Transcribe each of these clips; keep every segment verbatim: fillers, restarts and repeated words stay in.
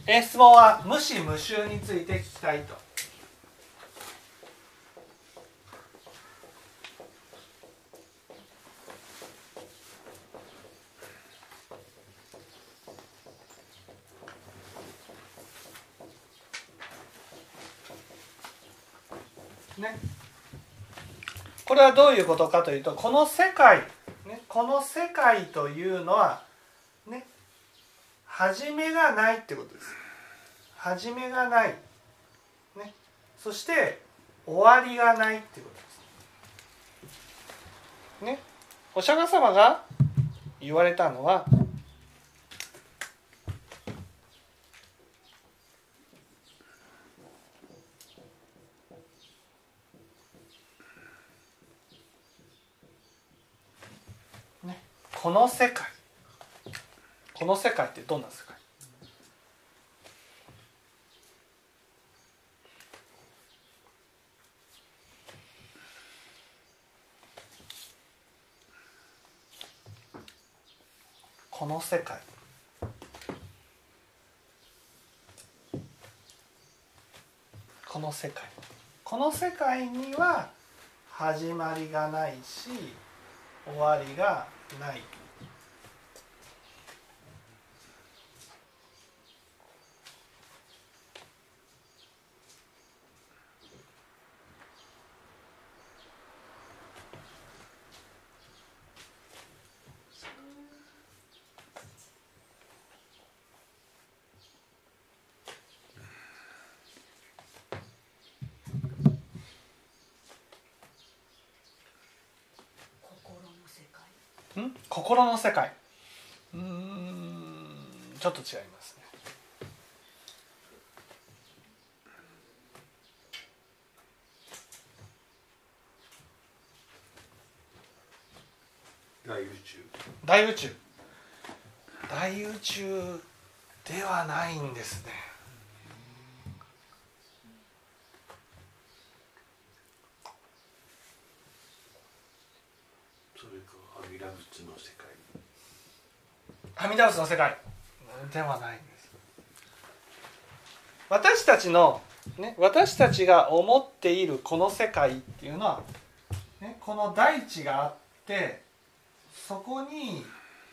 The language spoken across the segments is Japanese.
えー、質問は無視無臭について聞きたいと。ね、これはどういうことかというと、この世界、ね、この世界というのはね、始めがないってことです。始めがない、ね、そして終わりがないってことですね。お釈迦様が言われたのは、ね、この世界、この世界ってどんな世界？この世界、この世界、この世界には始まりがないし終わりがない。ん？心の世界。うーん、ちょっと違いますね。 大宇宙。 大宇宙。大宇宙ではないんですね。 それか阿弥陀仏の世界。 阿弥陀仏の世界ではないんです。私たちの、ね、私たちが思っているこの世界っていうのは、ね、この大地があって、そこに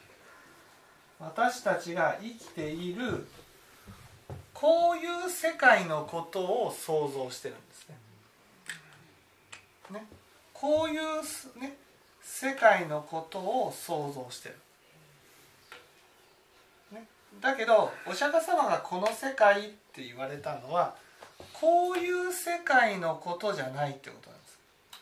私たちが生きているこういう世界のことを想像してるんですね。ね、こういう、ね、世界のことを想像してる。ね、だけどお釈迦様がこの世界って言われたのはこういう世界のことじゃないってことなんです。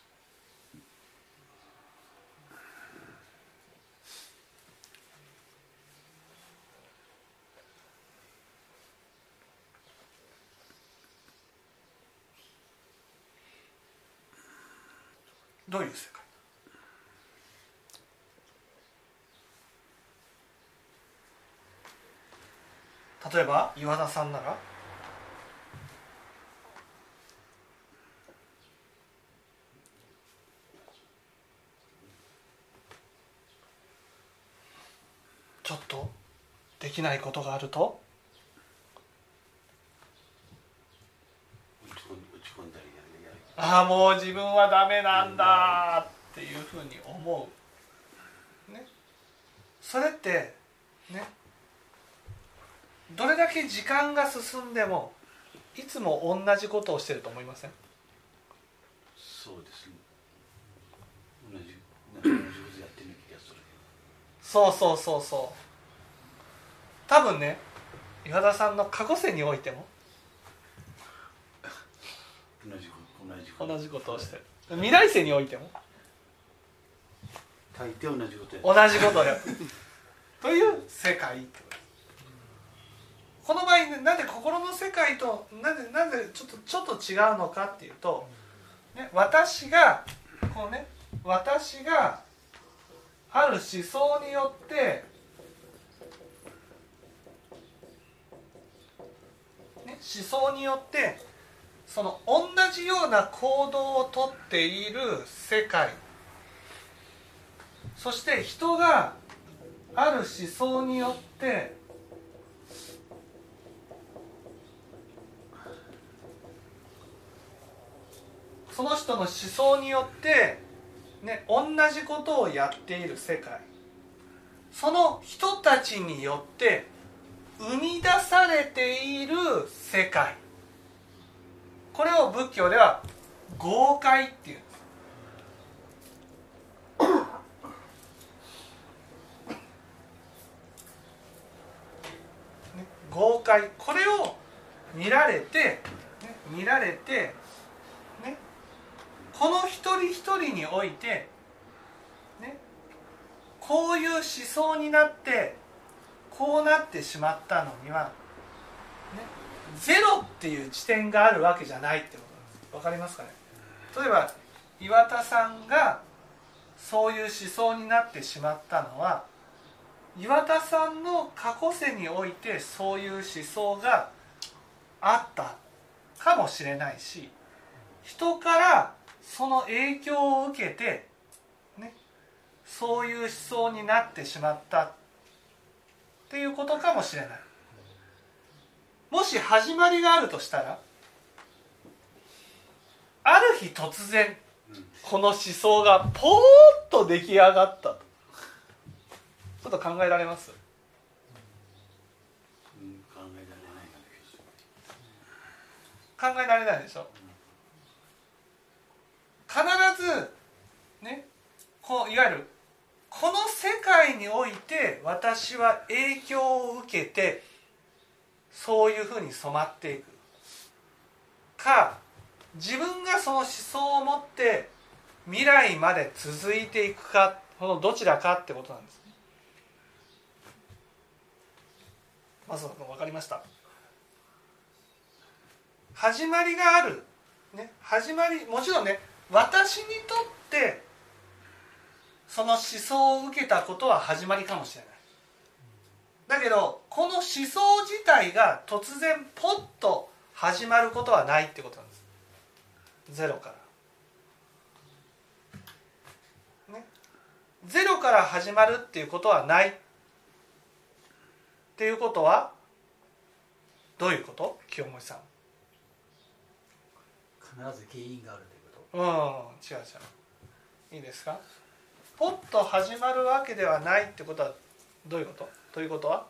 どういう世界？例えば岩田さんならちょっとできないことがあると落ち込んだりやるやる。 ああもう自分はダメなんだっていうふうに思う、ね、それってね、どれだけ時間が進んでもいつも同じことをしてると思いません？ そうですね。同じ同じことやってる気がする。 そうそうそうそう。多分ね、岩田さんの過去世においても同じ同じこと同じことをしてる。未来世においても大抵同じことやってる。 同じことをやってるという世界ってことです。この場合、ね、なぜ心の世界となぜなぜちょっとちょっと違うのかっていうと、ね、私がこうね、私がある思想によって、ね、思想によってその同じような行動をとっている世界、そして人がある思想によってその人の思想によって、ね、同じことをやっている世界、その人たちによって生み出されている世界、これを仏教では合界っていうんです。合界、これを見られて、ね、見られて、ね、この一人一人において、ね、こういう思想になってこうなってしまったのには、ね、ゼロっていう地点があるわけじゃないってことなんです。わかりますかね。例えば岩田さんがそういう思想になってしまったのは、岩田さんの過去世においてそういう思想があったかもしれないし、人からその影響を受けて、ね、そういう思想になってしまったっていうことかもしれない。もし始まりがあるとしたら、ある日突然この思想がポーッと出来上がったと、ちょっと考えられます？ うん、考えられない。 考えられないでしょ。必ずね、こういわゆるこの世界において私は影響を受けてそういうふうに染まっていくか、自分がその思想を持って未来まで続いていくか、このどちらかってことなんです。まず分かりました。始まりがある、ね、始まり、もちろんね、私にとってその思想を受けたことは始まりかもしれない。だけどこの思想自体が突然ポッと始まることはないってことなんです。ゼロから、ね、ゼロから始まるっていうことはないっていうことはどういうこと？清盛さん。 必ず原因があるというこうん、違う違う。いいですか？ポッと始まるわけではないってことはどういうこと？ということは、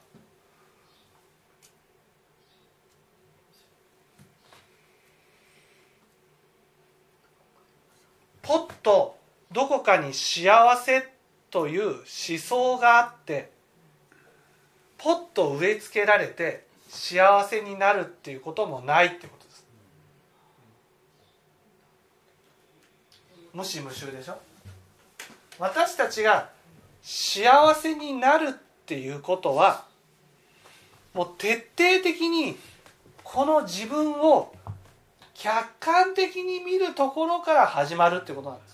ポッとどこかに幸せという思想があって、ポッと植え付けられて幸せになるっていうこともないってことです。無視無臭でしょ。私たちが幸せになるっていうことは、もう徹底的にこの自分を客観的に見るところから始まるってことなんです。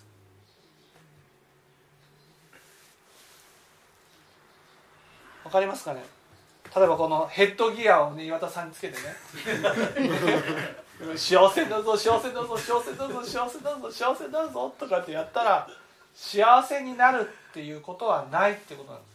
わかりますかね。例えばこのヘッドギアをね、岩田さんにつけてね幸せだぞ幸せだぞ幸せだぞ幸せだぞ幸せだぞとかってやったら幸せになるっていうことはないってことなんです。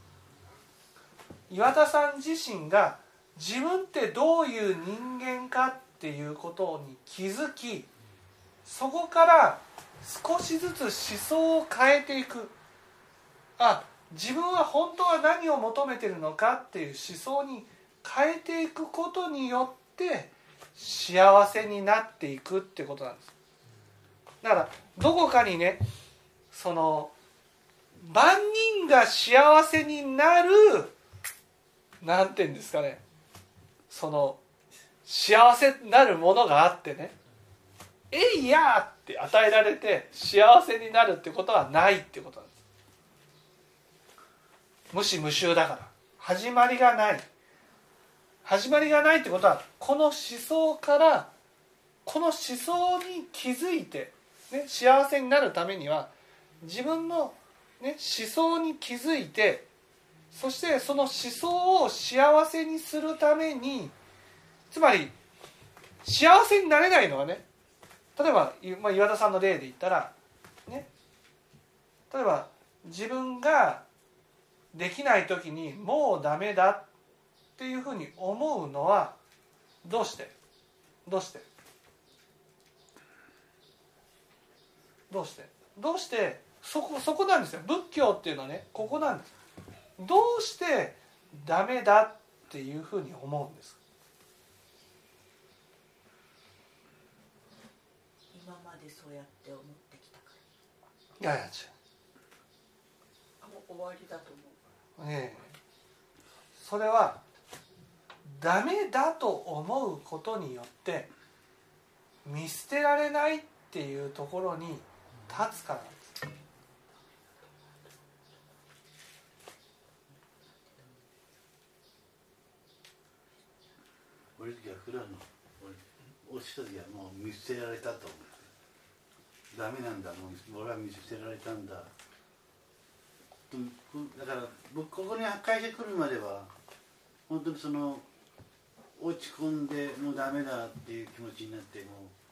岩田さん自身が自分ってどういう人間かっていうことに気づき、そこから少しずつ思想を変えていく。あ、自分は本当は何を求めているのかっていう思想に変えていくことによって幸せになっていくってことなんです。だからどこかにね、その万人が幸せになる、なんていうんですかね、その幸せになるものがあってね、えいやーって与えられて幸せになるってことはないってことなんです。無視無臭だから始まりがない。始まりがないってことは、この思想からこの思想に気づいて、ね、幸せになるためには自分の、ね、思想に気づいて、そしてその思想を幸せにするために、つまり幸せになれないのはね、例えば、まあ、岩田さんの例で言ったら、ね、例えば自分ができない時にもうダメだっていうふうに思うのはどうしてどうしてどうしてどうしてそこそこなんですよ。仏教っていうのはね、ここなんです。どうしてダメだっていうふうに思うんですか。 今までそうやって思ってきたから。 いやいや違う。もう終わりだと思う。 ええ、それはダメだと思うことによって見捨てられないっていうところに立つからなんです。 俺逆なの。俺落ちた時はもう見捨てられたと思って、ダメなんだ、もう俺は見捨てられたんだ。だから僕ここに会社来るまでは本当にその落ち込んでもうダメだっていう気持ちになって、もう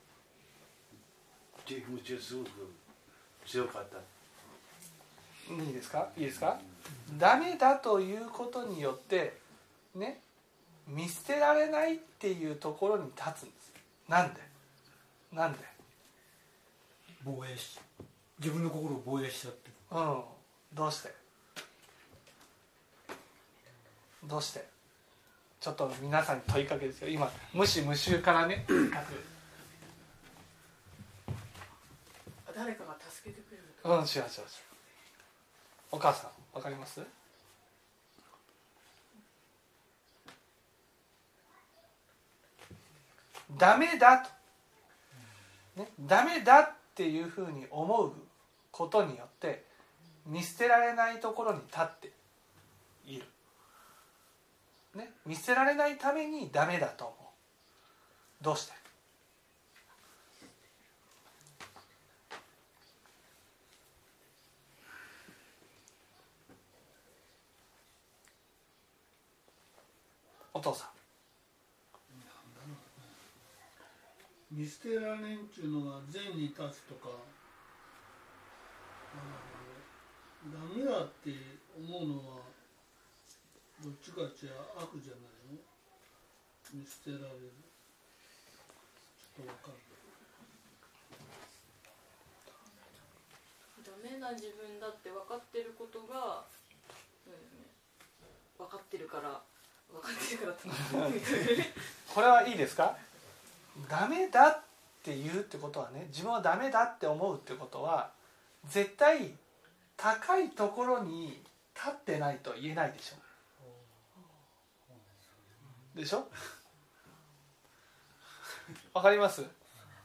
っていう気持ちがすごく強かった。 いいですかいいですか、うん、ダメだということによってね、見捨てられないっていうところに立つんです。なんでなんで防衛し自分の心を防衛しちゃって。 うん、どうしてどうしてちょっと皆さんに問いかけですよ。今無視無臭からね誰かが助けてくれると。 うん、違う違う違う。お母さんわかります？ダメだと、ね、ダメだっていうふうに思うことによって見捨てられないところに立っている、ね、見捨てられないためにダメだと思う。どうして？お父さん。 見捨てられんっていうのが善に立つとか、ダメだって思うのはどっちかっていうと悪じゃないの？見捨てられる。ちょっとわかる。 ダメな自分だって分かってることが、そうですね、分かってるから分かってるからってこれはいいですか？ダメだって言うってことはね、自分はダメだって思うってことは絶対高いところに立ってないと言えないでしょ。でしょ？わかります？わ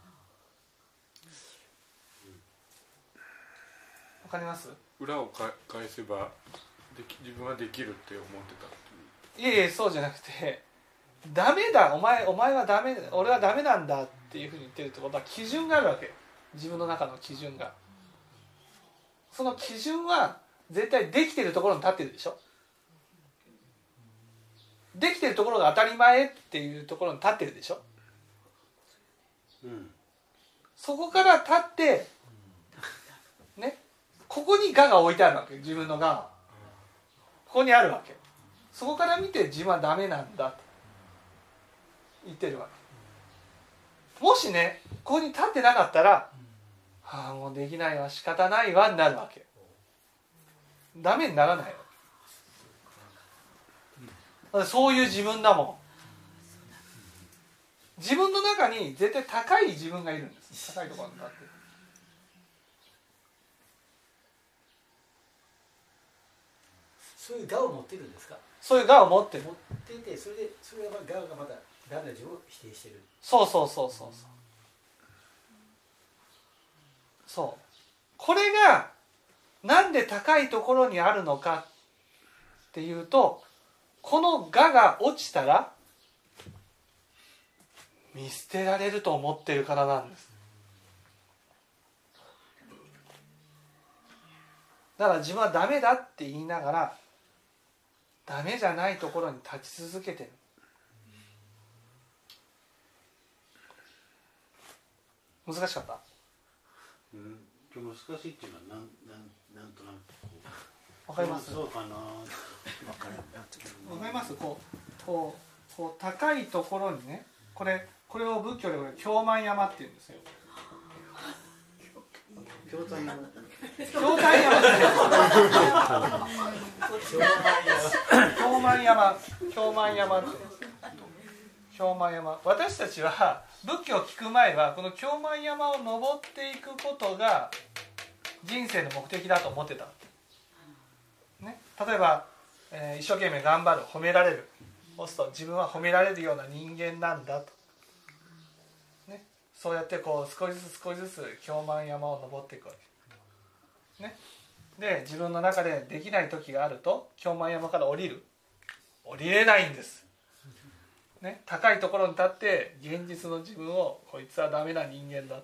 かります？ 裏をか返せばでき自分はできるって思ってた。 いえいえ、そうじゃなくて、ダメだ、お前お前はダメ、俺はダメなんだっていうふうに言ってるってことは基準があるわけ。自分の中の基準が。その基準は絶対できてるところに立ってるでしょ。できてるところが当たり前っていうところに立ってるでしょ。 うん、 そこから立ってね、ここに我が置いてあるわけ。自分の我がここにあるわけ。そこから見て自分はダメなんだと言ってるわけ。もしね、ここに立ってなかったら、はあ、もうできないわ、仕方ないわになるわけ。ダメにならないわ。そういう自分だもん。自分の中に絶対高い自分がいるんです。高いところに立ってる。 そういう我を持ってるんですか？ そういう我を持ってる。 持っていて、それでそれが我がまだダメな自分を否定してる。 そうそうそうそうそう。そう。これがなんで高いところにあるのかっていうと、この我が落ちたら見捨てられると思ってるからなんです。だから自分はダメだって言いながらダメじゃないところに立ち続けてる。難しかった？ うん、難しいっていうのはなんなんなんとなくわかります？ そうかな。わかります？こうこうこう高いところにね、これこれを仏教でこれ京満山って言うんですよ。 京丹山京丹山じゃない京満山京満山って京満山、私たちは仏教を聞く前はこの京満山を登っていくことが人生の目的だと思ってた、ね、例えば、えー、一生懸命頑張る、褒められる、そうすると自分は褒められるような人間なんだと、ね、そうやってこう少しずつ少しずつ京満山を登っていくわけ、ね、で自分の中でできない時があると京満山から降りる降りれないんです、ね、高いところに立って現実の自分をこいつはダメな人間だと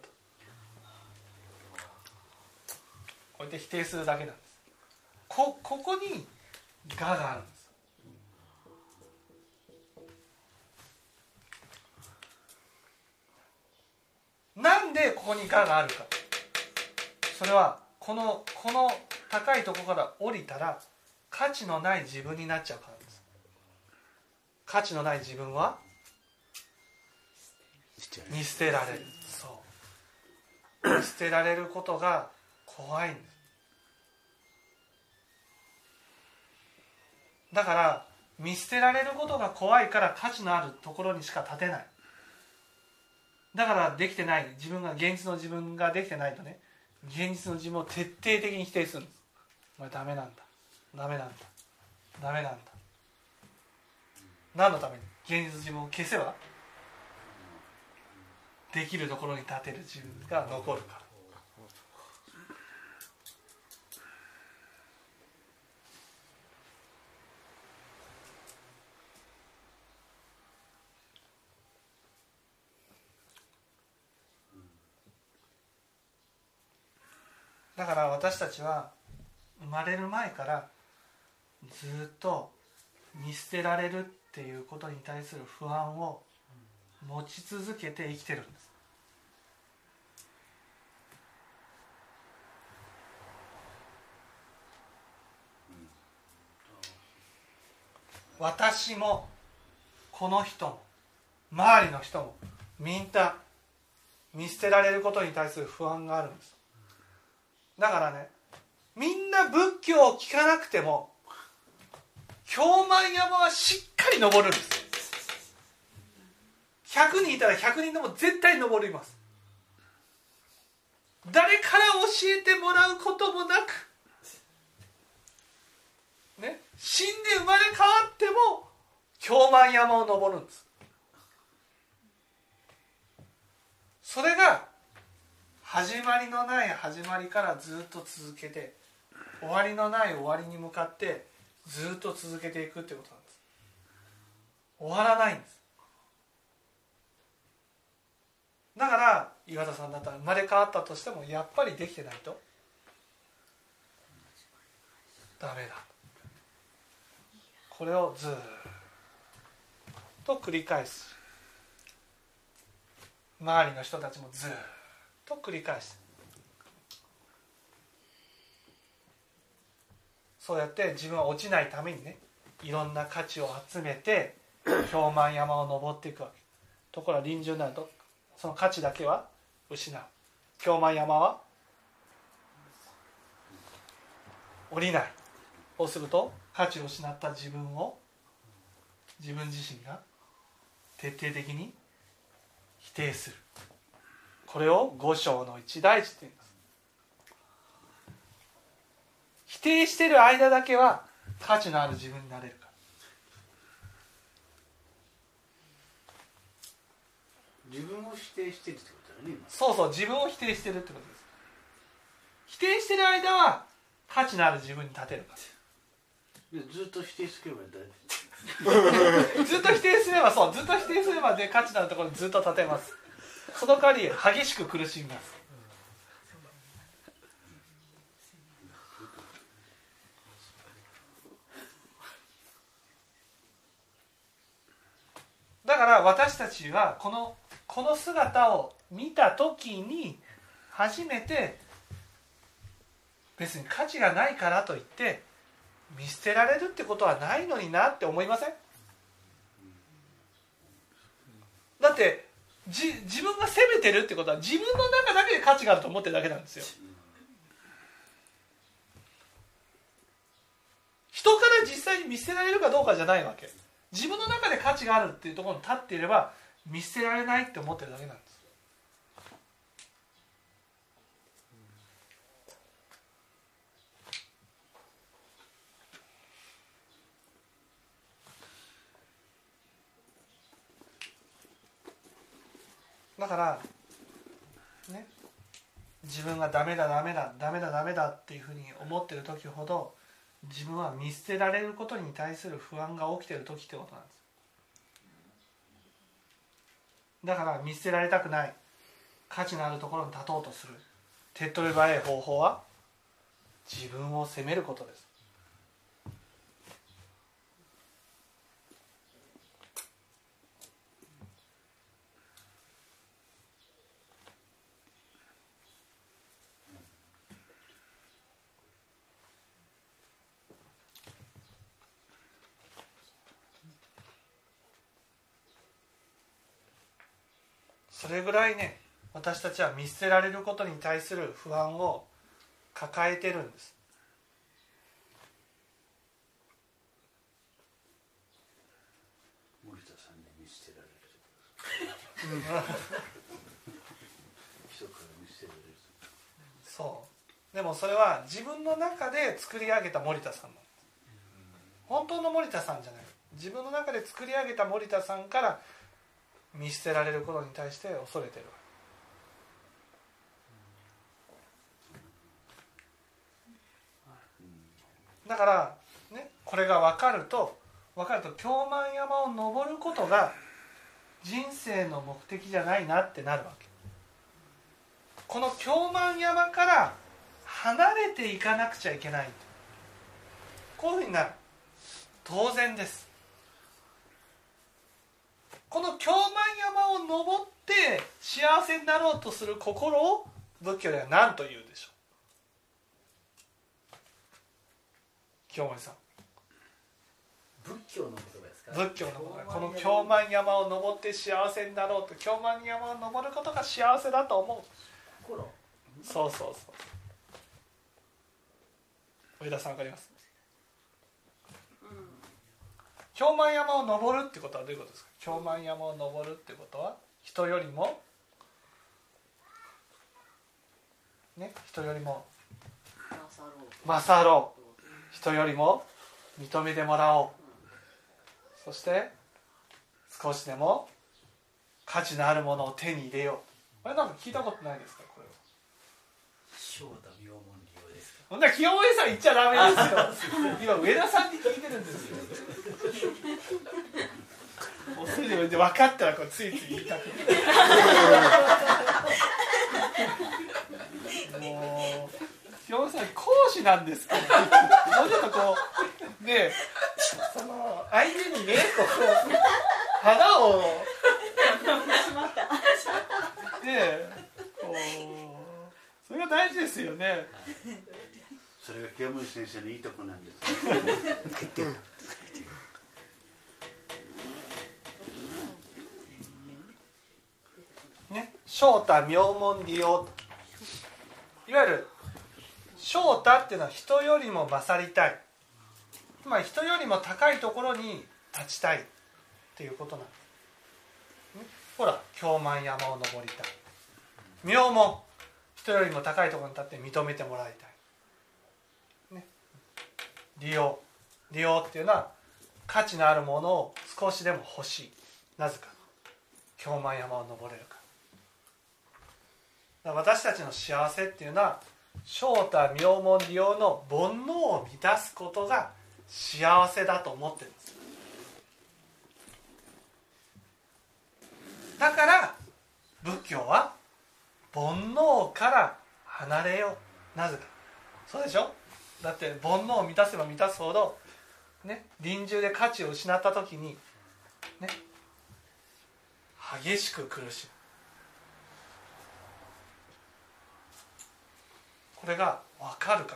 こうやって否定するだけなんです。 こ, ここに我があるんです。なんでここに我があるか、それはこの、この高いところから降りたら価値のない自分になっちゃうからです。価値のない自分は見捨てられる。そう見捨てられることが怖いんです。だから見捨てられることが怖いから価値のあるところにしか立てない。だからできてない、自分が現実の自分ができてないとね、現実の自分を徹底的に否定するんです。お前ダメなんだダメなんだダメなんだ。何のために？現実の自分を消せばできるところに立てる自分が残るから。だから私たちは生まれる前からずっと見捨てられるっていうことに対する不安を持ち続けて生きてるんです。私もこの人も周りの人もみんな見捨てられることに対する不安があるんです。だからね、みんな仏教を聞かなくても京満山はしっかり登るんです。ひゃくにんいたらひゃくにんでも絶対登ります。誰から教えてもらうこともなく、ね、死んで生まれ変わっても京満山を登るんです。それが始まりのない始まりからずっと続けて、終わりのない終わりに向かってずっと続けていくってことなんです。終わらないんです。だから岩田さんだったら生まれ変わったとしてもやっぱりできてないとダメだ。これをずっと繰り返す。周りの人たちもずっと繰り返す。そうやって自分は落ちないためにね、いろんな価値を集めて京満山を登っていくわけ。ところが臨終になるとその価値だけは失う。京満山は降りない。そうすると価値を失った自分を自分自身が徹底的に否定する。これを五章の一大事って言います。否定している間だけは価値のある自分になれるから。 自分を否定してるってことだね。今そうそう、自分を否定してるってことです。否定している間は価値のある自分に立てるから。 ずっと否定すれば大丈夫。 ずっと否定すればそうずっと否定すればで価値のあるところにずっと立てます。その代わり激しく苦しみます。だから私たちはこのこの姿を見た時に初めて別に価値がないからといって見捨てられるってことはないのになって思いません？だってじ自分が責めてるってことは自分の中だけで価値があると思ってるだけなんですよ。 人から実際に見捨てられるかどうかじゃないわけ。自分の中で価値があるっていうところに立っていれば見捨てられないって思ってるだけなんです。だからね、自分がダメだダメだダメだダメだっていうふうに思ってる時ほど自分は見捨てられることに対する不安が起きてる時ってことなんです。だから見捨てられたくない、価値のあるところに立とうとする手っ取り早い方法は自分を責めることです。それぐらいね、私たちは見捨てられることに対する不安を抱えてるんです。 森田さんに見捨てられる人から見捨てられる。 そう。でもそれは自分の中で作り上げた森田さんなんです。本当の森田さんじゃない。自分の中で作り上げた森田さんから見捨てられることに対して恐れてる。だからね、これが分かると分かると京満山を登ることが人生の目的じゃないなってなるわけ。この京満山から離れていかなくちゃいけない、こういうふうになる。当然です。この京満山を登って幸せになろうとする心を仏教では何と言うでしょう。清盛さん。 仏教の言葉ですか。 仏教の言葉。この京満山を登って幸せになろうと、京満山を登ることが幸せだと思う。 心。 そうそうそう。上田さんわかります？京満山を登るってことはどういうことですか？京満山を登るってことは人よりもね、人よりも勝ろう、人よりも認めてもらおう、そして少しでも価値のあるものを手に入れよう。これなんか聞いたことないですか？これは正太妙門利用ですか。 そんな清盛さん言っちゃダメですよ。今上田さんに聞いてるんですよ。おすりで分かったらこうついつい言いたくてもう清盛さん講師なんですから、もうちょっとこうね、その相手にね、こう花をでこうそれが大事ですよね。 それが清盛先生のいいとこなんですね、正太妙門利用、いわゆる正太っていうのは人よりも勝りたい、つまり人よりも高いところに立ちたいっていうことなんです、ね、ほら京満山を登りたい。妙門、人よりも高いところに立って認めてもらいたい、ね、利用、利用っていうのは価値のあるものを少しでも欲しい。なぜか京満山を登れるから。私たちの幸せっていうのは正太妙門利用の煩悩を満たすことが幸せだと思ってるんです。だから仏教は煩悩から離れよう。なぜか、そうでしょ。だって煩悩を満たせば満たすほどね、臨終で価値を失った時にね、激しく苦しむ。これが分かるからなんです。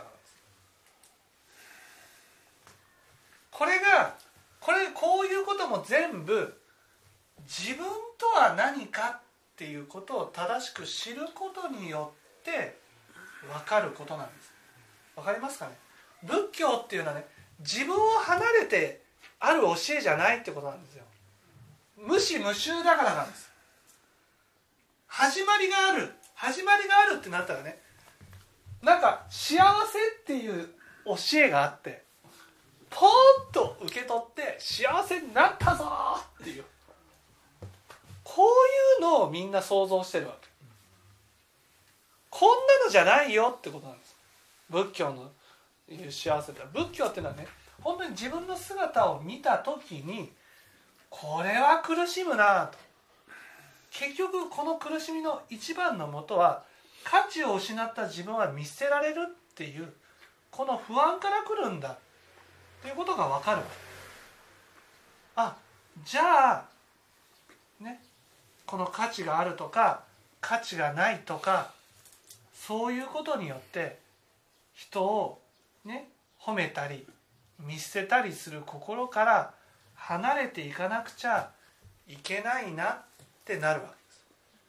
これがこれこういうことも全部自分とは何かっていうことを正しく知ることによって分かることなんです。分かりますかね。仏教っていうのはね、 自分を離れてある教えじゃないってことなんですよ。無視無臭だからなんです。始まりがある始まりがあるってなったらね、なんか幸せっていう教えがあってポーッと受け取って幸せになったぞっていう、こういうのをみんな想像してるわけ。こんなのじゃないよってことなんです。仏教のいう幸せだ。仏教っていうのはね、本当に自分の姿を見た時にこれは苦しむなと、結局この苦しみの一番のもとは価値を失った自分は見捨てられるっていうこの不安から来るんだっていうことが分かる。あ、じゃあね、この価値があるとか価値がないとかそういうことによって人をね褒めたり見捨てたりする心から離れていかなくちゃいけないなってなるわけです。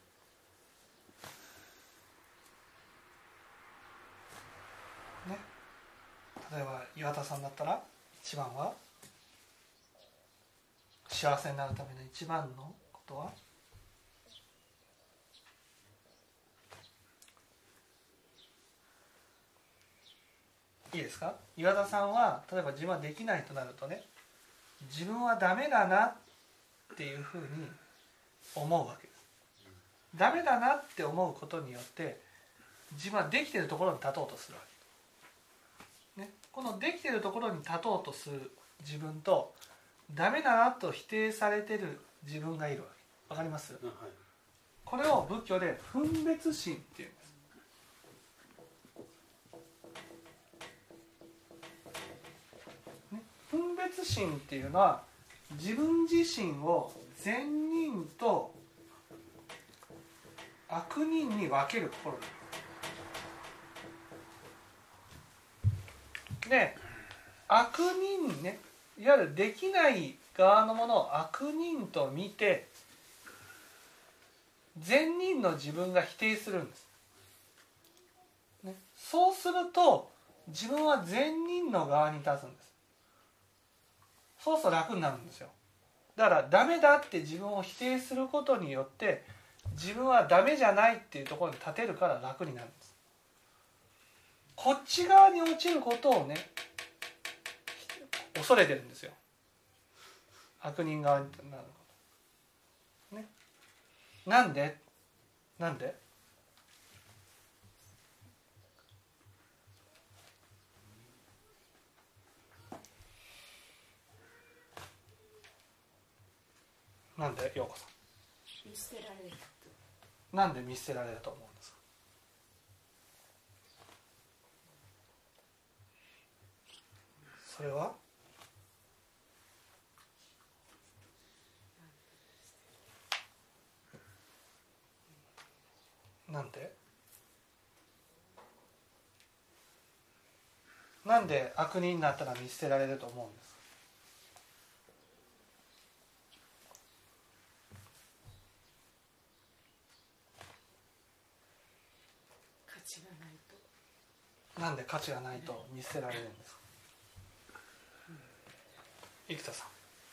ね、例えば岩田さんだったら一番は幸せになるための一番のことはいいですか。岩田さんは例えば自分はできないとなるとね、自分はダメだなっていうふうに思うわけです。ダメだなって思うことによって自分はできているところに立とうとするわけ、ね、このできているところに立とうとする自分とダメだなと否定されている自分がいるわけ。わかります？はい、これを仏教で分別心っていうんです。分別心っていうのは自分自身を善人と悪人に分ける心で、悪人ね、いわゆるできない側のものを悪人と見て善人の自分が否定するんです、ね、そうすると自分は善人の側に立つんです。そうすると楽になるんですよ。だからダメだって自分を否定することによって自分はダメじゃないっていうところに立てるから楽になるんです。こっち側に落ちることをね恐れてるんですよ。悪人側になることね。なんでなんでなんで陽子さん、 見捨てられる。 なんで見捨てられると思うんですか？それはなんでなんで悪人になったら見捨てられると思うんですか？なんで価値がないと見捨てられるんですか？生田さん。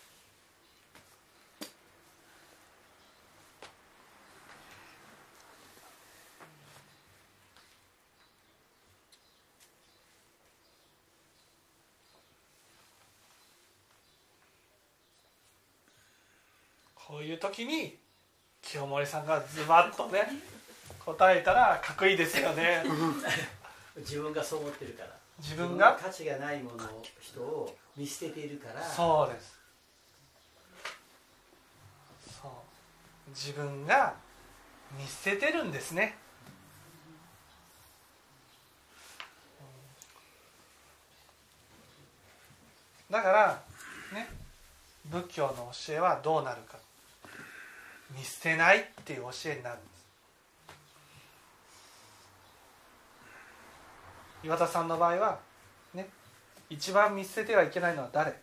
こういう時に清盛さんがズバッとね答えたらかっこいいですよね。 自分がそう思ってるから、 自分が価値がないものを人を見捨てているから。 そうです。そう、自分が見捨ててるんですね。だからね、仏教の教えはどうなるか、見捨てないっていう教えになるんです。岩田さんの場合はね、一番見捨ててはいけないのは誰？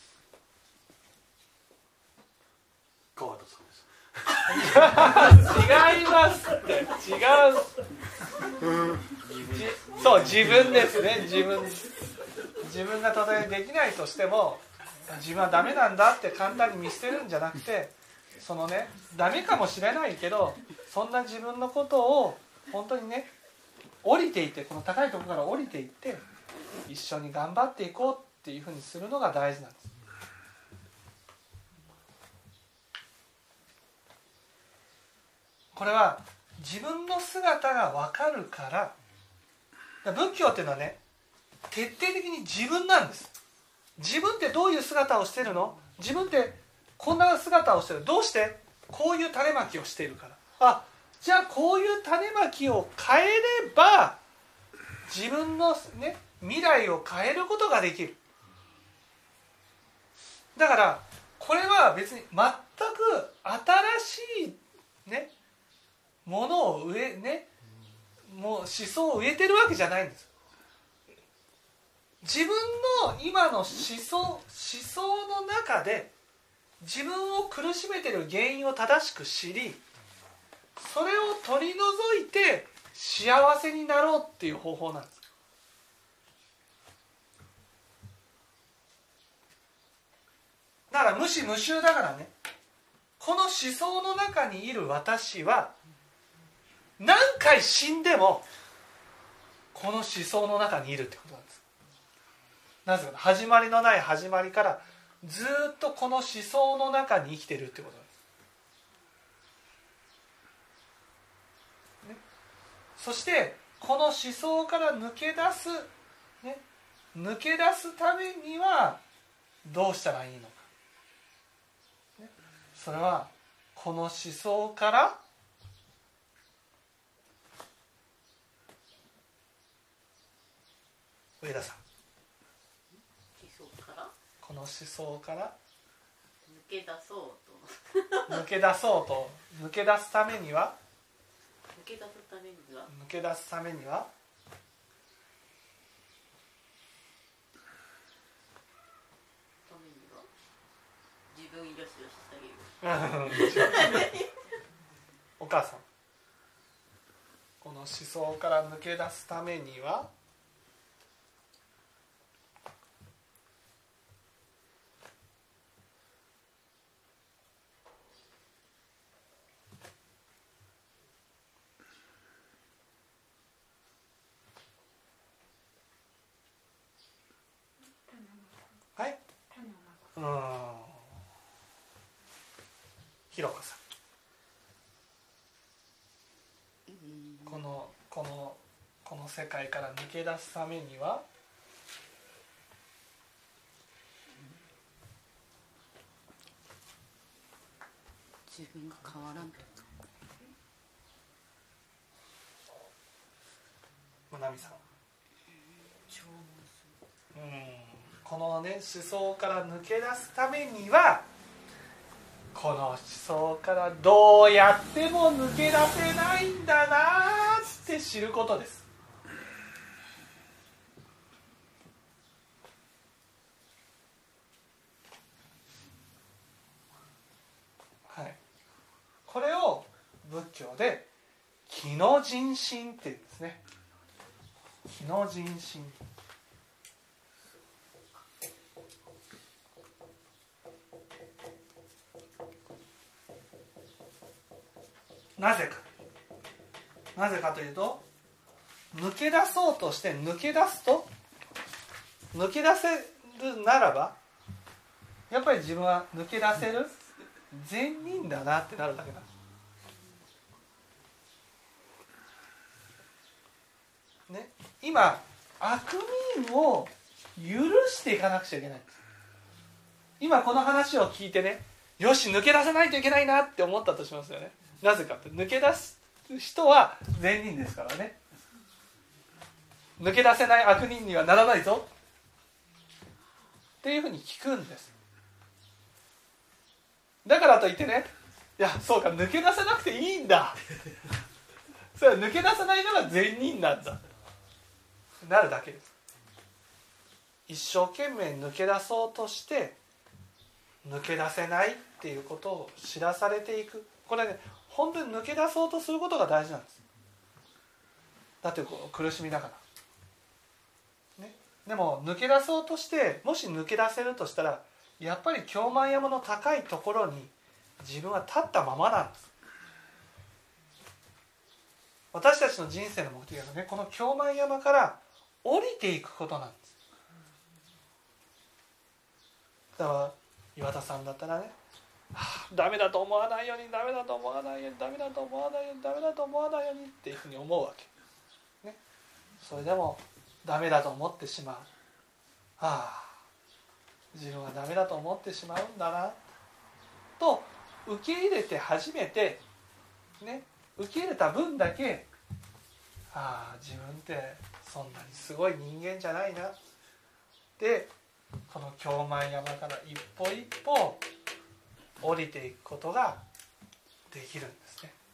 川田さんです。 違いますって違う、うん、そう自分ですね。自分自分がたとえできないとしても自分はダメなんだって簡単に見捨てるんじゃなくて、そのねダメかもしれないけどそんな自分のことを本当にね降りていって、この高いところから降りていって一緒に頑張っていこうっていうふうにするのが大事なんです。これは自分の姿が分かるから、仏教っていうのはね徹底的に自分なんです。自分ってどういう姿をしてるの？自分ってこんな姿をしてる。どうして？こういう種まきをしているから。あ、じゃあこういう種まきを変えれば自分のね未来を変えることができる。だからこれは別に全く新しいねものを植えねもう思想を植えてるわけじゃないんです。自分の今の思想思想の中で自分を苦しめている原因を正しく知り、それを取り除いて幸せになろうっていう方法なんです。だから無視無臭だからね、この思想の中にいる私は何回死んでもこの思想の中にいるってことなんです。なぜか、始まりのない始まりからずっとこの思想の中に生きてるってことなんです、ね、そしてこの思想から抜け出す、ね、抜け出すためにはどうしたらいいのか、ね、それはこの思想から上田さん、この思想から抜け出そうと抜け出そうと抜け出すためには抜け出すためには抜け出すためにはためには自分よしよししてあげるお母さん、この思想から抜け出すためにははい、うん、ひろこさん、このこのこの世界から抜け出すためには自分が変わらんと。 まなみさん、うん、このね思想から抜け出すためにはこの思想からどうやっても抜け出せないんだなって知ることです。はい、これを仏教で気の人心っていうんですね。気の人心、なぜかなぜかというと、抜け出そうとして抜け出すと抜け出せるならばやっぱり自分は抜け出せる善人だなってなるだけなんです、ね、今悪人を許していかなくちゃいけないんです。今この話を聞いてね、よし抜け出さないといけないなって思ったとしますよね。なぜかって抜け出す人は善人ですからね。抜け出せない悪人にはならないぞっていうふうに聞くんです。だからといってね、いやそうか抜け出せなくていいんだそれは抜け出せないのが善人なんだなるだけです。一生懸命抜け出そうとして抜け出せないっていうことを知らされていく。これね本当に抜け出そうとすることが大事なんです。だってこう苦しみだからね。 でも抜け出そうとして、もし抜け出せるとしたらやっぱり京満山の高いところに自分は立ったままなんです。私たちの人生の目的はね、この京満山から降りていくことなんです。だから岩田さんだったらね、はあ、ダメだと思わないようにダメだと思わないようにダメだと思わないようにダメだと思わないようにっていうふうに思うわけ、ね、それでもダメだと思ってしまう。はあ、自分はダメだと思ってしまうんだなと受け入れて初めてね、受け入れた分だけ、ああ自分ってそんなにすごい人間じゃないなで、この京満山から一歩一歩降りていくことができるんですね。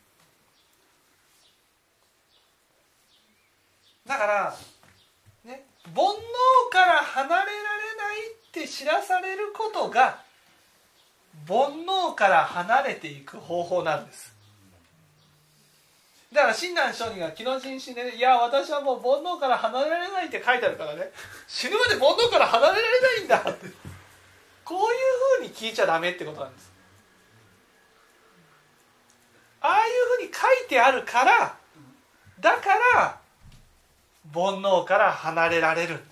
だからね、煩悩から離れられないって知らされることが煩悩から離れていく方法なんです。だから親鸞聖人が「帰の人心」で、ね、いや私はもう煩悩から離れられないって書いてあるからね、死ぬまで煩悩から離れられないんだってこういうふうに聞いちゃダメってことなんです。ああいうふうに書いてあるから、だから煩悩から離れられるんです。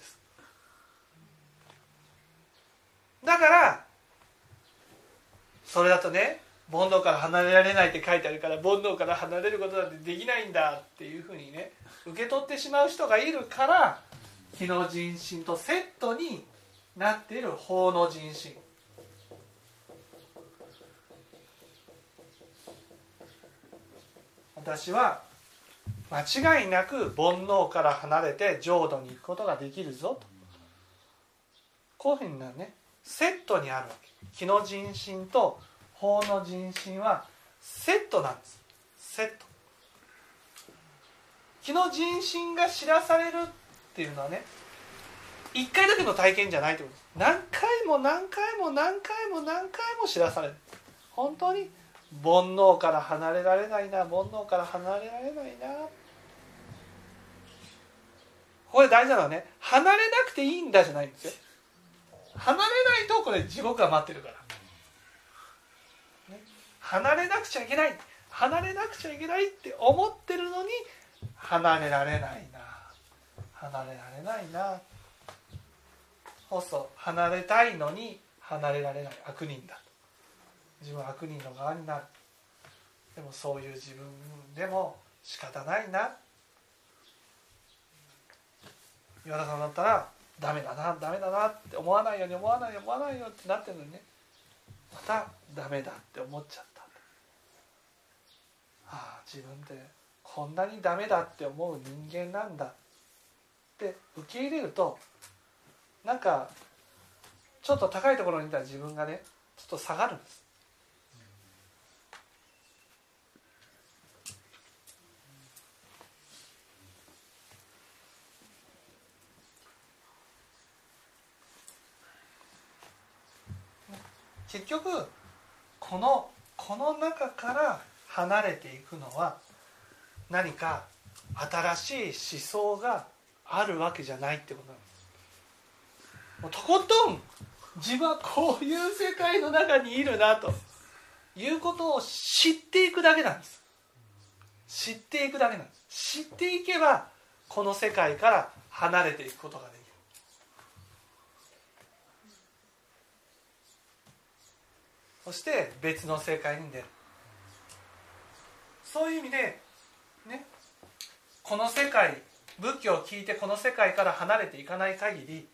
だからそれだとね、煩悩から離れられないって書いてあるから煩悩から離れることなんてできないんだっていうふうにね受け取ってしまう人がいるから、帰の人心とセットになっている法の人心、私は間違いなく煩悩から離れて浄土に行くことができるぞと、こういうふうにねセットにあるわけ。帰の人心と法の人心はセットなんです。セット。帰の人心が知らされるっていうのはね、一回だけの体験じゃないってことです。何回も何回も何回も何回も知らされる。本当に煩悩から離れられないな、煩悩から離れられないな。これ大事なのはね、離れなくていいんだじゃないんですよ。離れないとこれ地獄が待ってるから、ね、離れなくちゃいけない、離れなくちゃいけないって思ってるのに離れられないな、離れられないな。そうそう、離れたいのに離れられない、悪人だと、自分は悪人の側になる。でもそういう自分でも仕方ないな。岩田さんだったらダメだなダメだなって思わないように思わないように思わないよってなってるのにね、またダメだって思っちゃった。はあ、自分ってこんなにダメだって思う人間なんだって受け入れると、なんかちょっと高いところにいた自分がねちょっと下がるんです。結局このこの中から離れていくのは何か新しい思想があるわけじゃないってことなんです。もうとことん自分はこういう世界の中にいるなということを知っていくだけなんです。知っていくだけなんです。知っていけばこの世界から離れていくことができる。そして別の世界に出る。そういう意味でね、この世界、仏教を聞いてこの世界から離れていかない限り、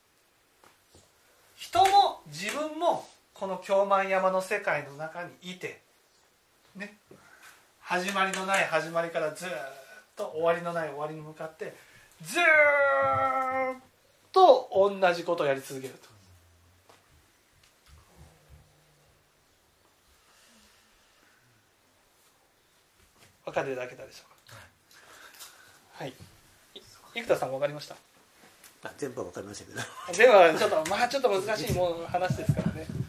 人も自分もこの京満山の世界の中にいて、ね、始まりのない始まりからずっと終わりのない終わりに向かってずっと同じことをやり続けると。分かっていただけたでしょうか。はい。生田さん分かりました？ あ、全部は分かりましたけど。 全部はちょっとまあちょっと難しいもう話ですからね。